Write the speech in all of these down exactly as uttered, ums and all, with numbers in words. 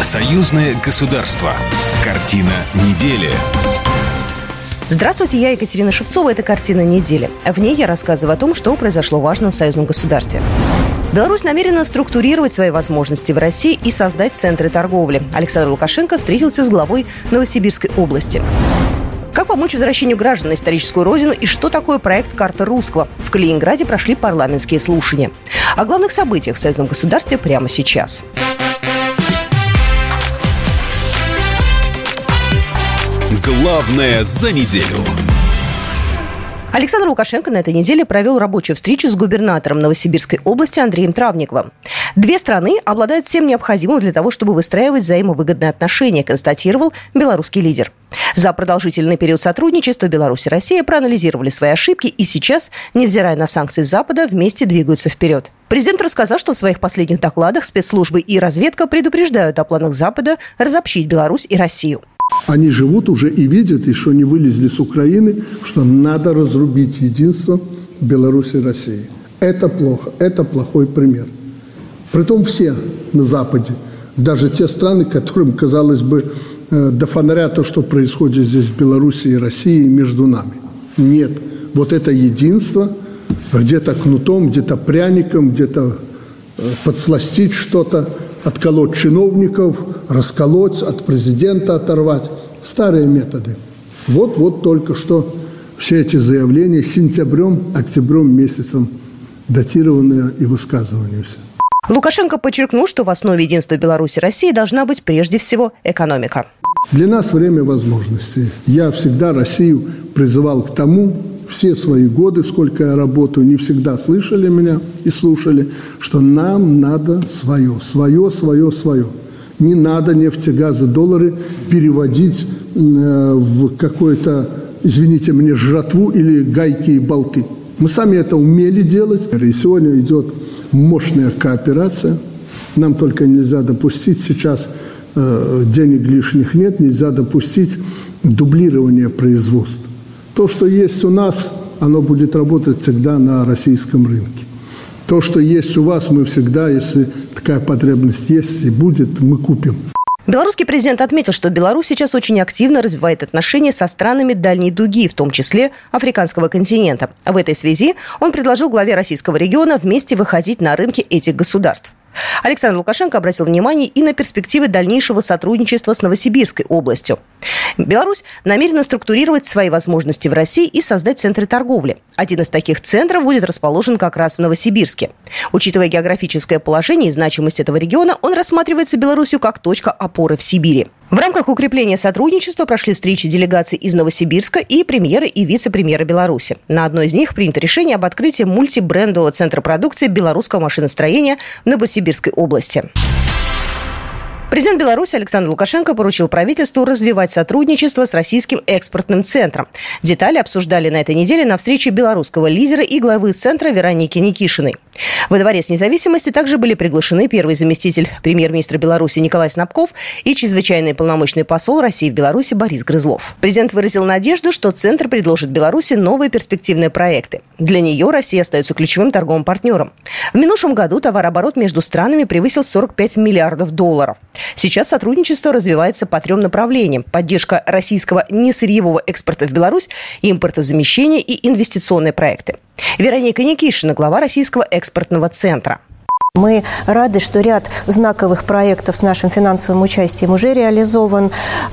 Союзное государство. Картина недели. Здравствуйте, я Екатерина Шевцова. Это «Картина недели». В ней я рассказываю о том, что произошло важно в союзном государстве. Беларусь намерена структурировать свои возможности в России и создать центры торговли. Александр Лукашенко встретился с главой Новосибирской области. Как помочь возвращению граждан на историческую родину и что такое проект «Карта русского»? В Калининграде прошли парламентские слушания. О главных событиях в союзном государстве прямо сейчас. Главное за неделю. Александр Лукашенко на этой неделе провел рабочую встречу с губернатором Новосибирской области Андреем Травниковым. Две страны обладают всем необходимым для того, чтобы выстраивать взаимовыгодные отношения, констатировал белорусский лидер. За продолжительный период сотрудничества Беларусь и Россия проанализировали свои ошибки и сейчас, невзирая на санкции Запада, вместе двигаются вперед. Президент рассказал, что в своих последних докладах спецслужбы и разведка предупреждают о планах Запада разобщить Беларусь и Россию. Они живут уже и видят, и что они вылезли с Украины, что надо разрубить единство Беларуси и России. Это плохо, это плохой пример. Притом все на Западе, даже те страны, которым, казалось бы, до фонаря то, что происходит здесь в Беларуси и России между нами. Нет, вот это единство, где-то кнутом, где-то пряником, где-то подсластить что-то, отколоть чиновников, расколоть, от президента оторвать. Старые методы. Вот-вот только что все эти заявления сентябрем, октябрем месяцем датированные и высказываниеся. Лукашенко подчеркнул, что в основе единства Беларуси и России должна быть прежде всего экономика. Для нас время возможностей. Я всегда Россию призывал к тому, все свои годы, сколько я работаю, не всегда слышали меня и слушали, что нам надо свое, свое, свое, свое. Не надо нефтегазы, доллары переводить в какое-то, извините мне, жратву или гайки и болты. Мы сами это умели делать. И сегодня идет мощная кооперация. Нам только нельзя допустить, сейчас э, денег лишних нет, нельзя допустить дублирование производства. То, что есть у нас, оно будет работать всегда на российском рынке. То, что есть у вас, мы всегда, если такая потребность есть и будет, мы купим. Белорусский президент отметил, что Беларусь сейчас очень активно развивает отношения со странами дальней дуги, в том числе африканского континента. В этой связи он предложил главе российского региона вместе выходить на рынки этих государств. Александр Лукашенко обратил внимание и на перспективы дальнейшего сотрудничества с Новосибирской областью. Беларусь намерена структурировать свои возможности в России и создать центры торговли. Один из таких центров будет расположен как раз в Новосибирске. Учитывая географическое положение и значимость этого региона, он рассматривается Беларусью как точка опоры в Сибири. В рамках укрепления сотрудничества прошли встречи делегаций из Новосибирска и премьера и вице-премьера Беларуси. На одной из них принято решение об открытии мультибрендового центра продукции белорусского машиностроения в Новосибирской области. Президент Беларуси Александр Лукашенко поручил правительству развивать сотрудничество с Российским экспортным центром. Детали обсуждали на этой неделе на встрече белорусского лидера и главы центра Вероники Никишиной. Во Дворец независимости также были приглашены первый заместитель премьер-министра Беларуси Николай Снабков и чрезвычайный полномочный посол России в Беларуси Борис Грызлов. Президент выразил надежду, что центр предложит Беларуси новые перспективные проекты. Для нее Россия остается ключевым торговым партнером. В минувшем году товарооборот между странами превысил сорок пять миллиардов долларов. Сейчас сотрудничество развивается по трем направлениям: поддержка российского несырьевого экспорта в Беларусь, импортозамещение и инвестиционные проекты. Вероника Никишина, глава Российского экспортного центра. Мы рады, что ряд знаковых проектов с нашим финансовым участием уже реализован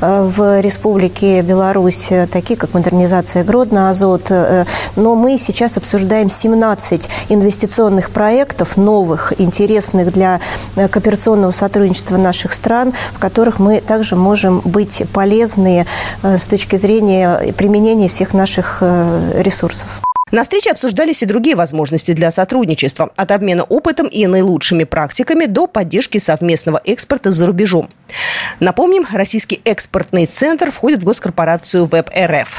в Республике Беларусь, такие как модернизация Гродно, Азот. Но мы сейчас обсуждаем семнадцать инвестиционных проектов, новых, интересных для кооперационного сотрудничества наших стран, в которых мы также можем быть полезны с точки зрения применения всех наших ресурсов. На встрече обсуждались и другие возможности для сотрудничества, от обмена опытом и наилучшими практиками до поддержки совместного экспорта за рубежом. Напомним, Российский экспортный центр входит в госкорпорацию ВЭБ-РФ.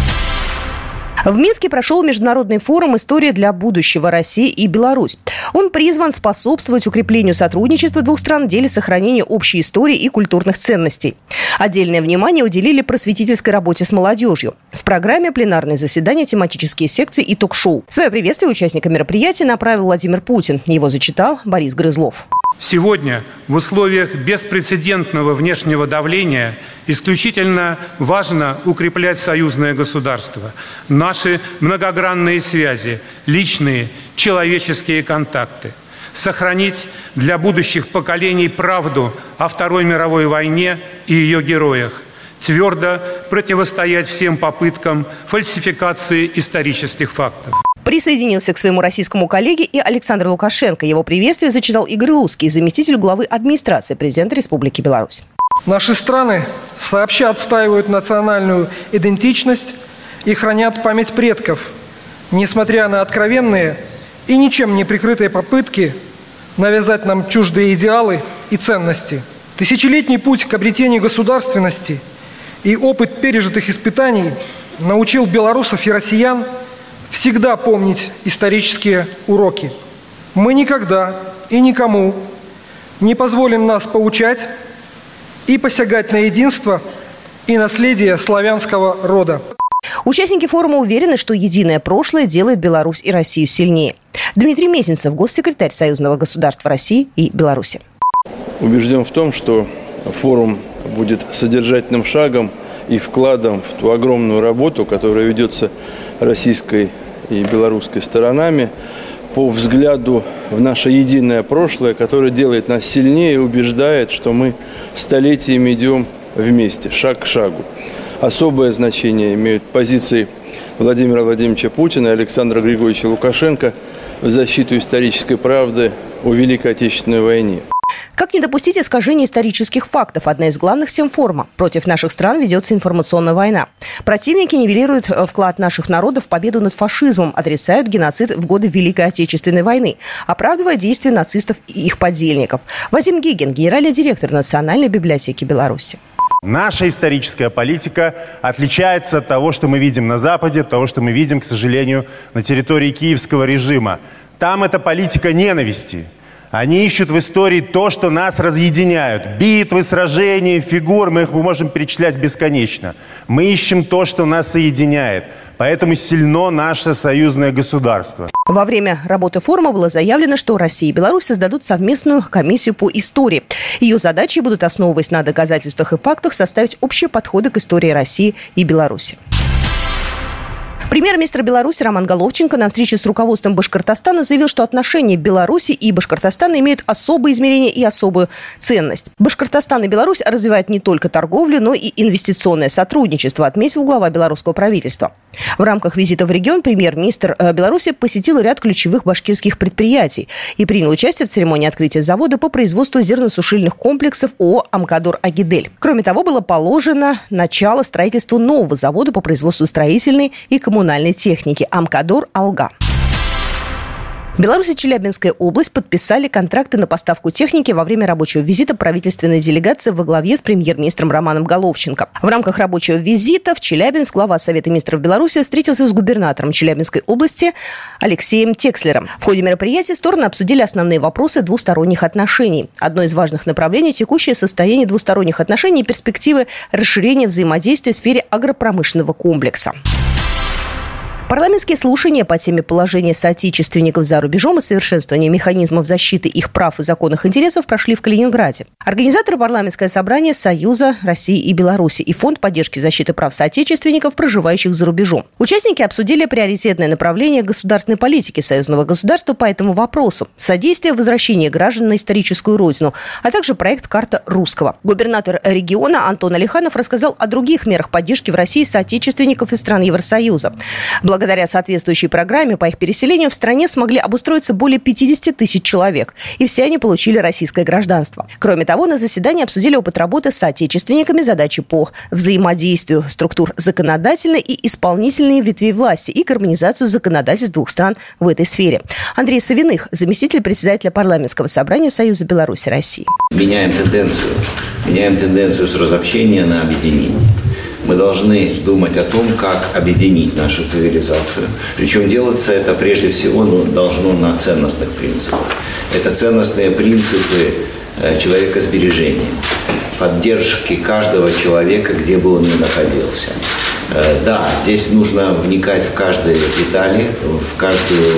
В Минске прошел международный форум «История для будущего. Россия и Беларусь». Он призван способствовать укреплению сотрудничества двух стран в деле сохранения общей истории и культурных ценностей. Отдельное внимание уделили просветительской работе с молодежью. В программе пленарные заседания, тематические секции и ток-шоу. Свое приветствие участникам мероприятия направил Владимир Путин. Его зачитал Борис Грызлов. Сегодня в условиях беспрецедентного внешнего давления исключительно важно укреплять союзное государство, наши многогранные связи, личные, человеческие контакты, сохранить для будущих поколений правду о Второй мировой войне и ее героях, твердо противостоять всем попыткам фальсификации исторических фактов. Присоединился к своему российскому коллеге и Александр Лукашенко. Его приветствие зачитал Игорь Луцкий, заместитель главы администрации президента Республики Беларусь. Наши страны сообща отстаивают национальную идентичность и хранят память предков, несмотря на откровенные и ничем не прикрытые попытки навязать нам чуждые идеалы и ценности. Тысячелетний путь к обретению государственности и опыт пережитых испытаний научил белорусов и россиян всегда помнить исторические уроки. Мы никогда и никому не позволим нас поучать и посягать на единство и наследие славянского рода. Участники форума уверены, что единое прошлое делает Беларусь и Россию сильнее. Дмитрий Мезенцев, госсекретарь Союзного государства России и Беларуси. Убежден в том, что форум будет содержательным шагом и вкладом в ту огромную работу, которая ведется российской и белорусской сторонами по взгляду в наше единое прошлое, которое делает нас сильнее и убеждает, что мы столетиями идем вместе, шаг к шагу. Особое значение имеют позиции Владимира Владимировича Путина и Александра Григорьевича Лукашенко в защиту исторической правды о Великой Отечественной войне. Как не допустить искажения исторических фактов? Одна из главных тем форума. Против наших стран ведется информационная война. Противники нивелируют вклад наших народов в победу над фашизмом, отрицают геноцид в годы Великой Отечественной войны, оправдывая действия нацистов и их подельников. Вадим Гигин, генеральный директор Национальной библиотеки Беларуси. Наша историческая политика отличается от того, что мы видим на Западе, от того, что мы видим, к сожалению, на территории киевского режима. Там это политика ненависти. Они ищут в истории то, что нас разъединяют. Битвы, сражения, фигуры, мы их можем перечислять бесконечно. Мы ищем то, что нас соединяет. Поэтому сильно наше союзное государство. Во время работы форума было заявлено, что Россия и Беларусь создадут совместную комиссию по истории. Ее задачей будут, основываясь на доказательствах и фактах, составить общие подходы к истории России и Беларуси. Премьер-министр Беларуси Роман Головченко на встрече с руководством Башкортостана заявил, что отношения Беларуси и Башкортостана имеют особые измерения и особую ценность. Башкортостан и Беларусь развивают не только торговлю, но и инвестиционное сотрудничество, отметил глава белорусского правительства. В рамках визита в регион премьер-министр Беларуси посетил ряд ключевых башкирских предприятий и принял участие в церемонии открытия завода по производству зерносушильных комплексов ООО «Амкадор Агидель». Кроме того, было положено начало строительству нового завода по производству строительной и коммунальной техники «Амкадор Алга». Беларусь и Челябинская область подписали контракты на поставку техники во время рабочего визита правительственной делегации во главе с премьер-министром Романом Головченко. В рамках рабочего визита в Челябинск глава Совета министров Беларуси встретился с губернатором Челябинской области Алексеем Текслером. В ходе мероприятия стороны обсудили основные вопросы двусторонних отношений. Одно из важных направлений – текущее состояние двусторонних отношений и перспективы расширения взаимодействия в сфере агропромышленного комплекса. Парламентские слушания по теме положения соотечественников за рубежом и совершенствования механизмов защиты их прав и законных интересов прошли в Калининграде. Организаторы парламентское собрание Союза России и Беларуси и Фонд поддержки защиты прав соотечественников, проживающих за рубежом. Участники обсудили приоритетное направление государственной политики союзного государства по этому вопросу, содействие возвращения граждан на историческую родину, а также проект «Карта русского». Губернатор региона Антон Алиханов рассказал о других мерах поддержки в России соотечественников из стран Евросоюза. Благодаря соответствующей программе по их переселению в стране смогли обустроиться более пятьдесят тысяч человек, и все они получили российское гражданство. Кроме того, на заседании обсудили опыт работы с соотечественниками, задачи по взаимодействию структур законодательной и исполнительной ветвей власти и гармонизацию законодательств двух стран в этой сфере. Андрей Савиных, заместитель председателя парламентского собрания Союза Беларуси и России. Меняем тенденцию. Меняем тенденцию с разобщения на объединение. Мы должны думать о том, как объединить нашу цивилизацию. Причем делаться это прежде всего ну, должно на ценностных принципах. Это ценностные принципы э, человекосбережения, поддержки каждого человека, где бы он ни находился. Э, да, здесь нужно вникать в каждые детали, в каждую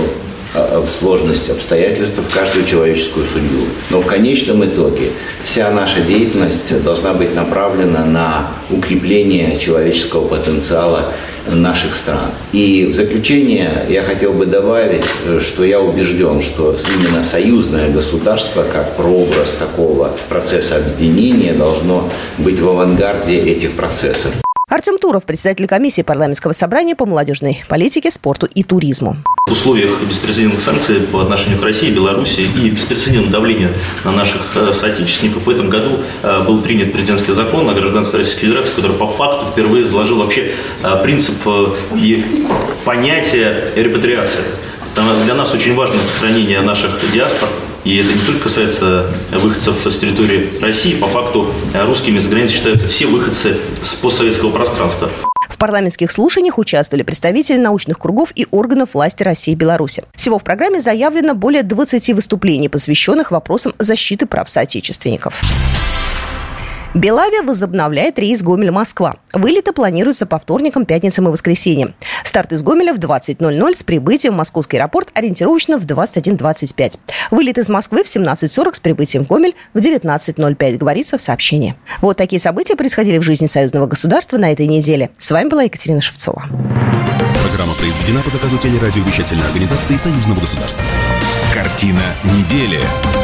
сложность обстоятельств, в каждую человеческую судьбу. Но в конечном итоге вся наша деятельность должна быть направлена на укрепление человеческого потенциала наших стран. И в заключение я хотел бы добавить, что я убежден, что именно союзное государство, как прообраз такого процесса объединения, должно быть в авангарде этих процессов. Артем Туров, председатель комиссии парламентского собрания по молодежной политике, спорту и туризму. В условиях беспрецедентных санкций по отношению к России, Беларуси и беспрецедентного давления на наших соотечественников в этом году был принят президентский закон о гражданстве Российской Федерации, который по факту впервые заложил вообще принцип и понятие репатриации. Для нас очень важно сохранение наших диаспор. И это не только касается выходцев с территории России. По факту русскими за границей считаются все выходцы с постсоветского пространства. В парламентских слушаниях участвовали представители научных кругов и органов власти России и Беларуси. Всего в программе заявлено более двадцати выступлений, посвященных вопросам защиты прав соотечественников. Белавия возобновляет рейс Гомель-Москва. Вылеты планируются по вторникам, пятницам и воскресеньям. Старт из Гомеля в двадцать ноль ноль с прибытием в московский аэропорт ориентировочно в двадцать один двадцать пять. Вылет из Москвы в семнадцать сорок с прибытием в Гомель в девятнадцать ноль пять, говорится в сообщении. Вот такие события происходили в жизни союзного государства на этой неделе. С вами была Екатерина Шевцова. Программа произведена по заказу телерадиовещательной организации союзного государства. Картина недели.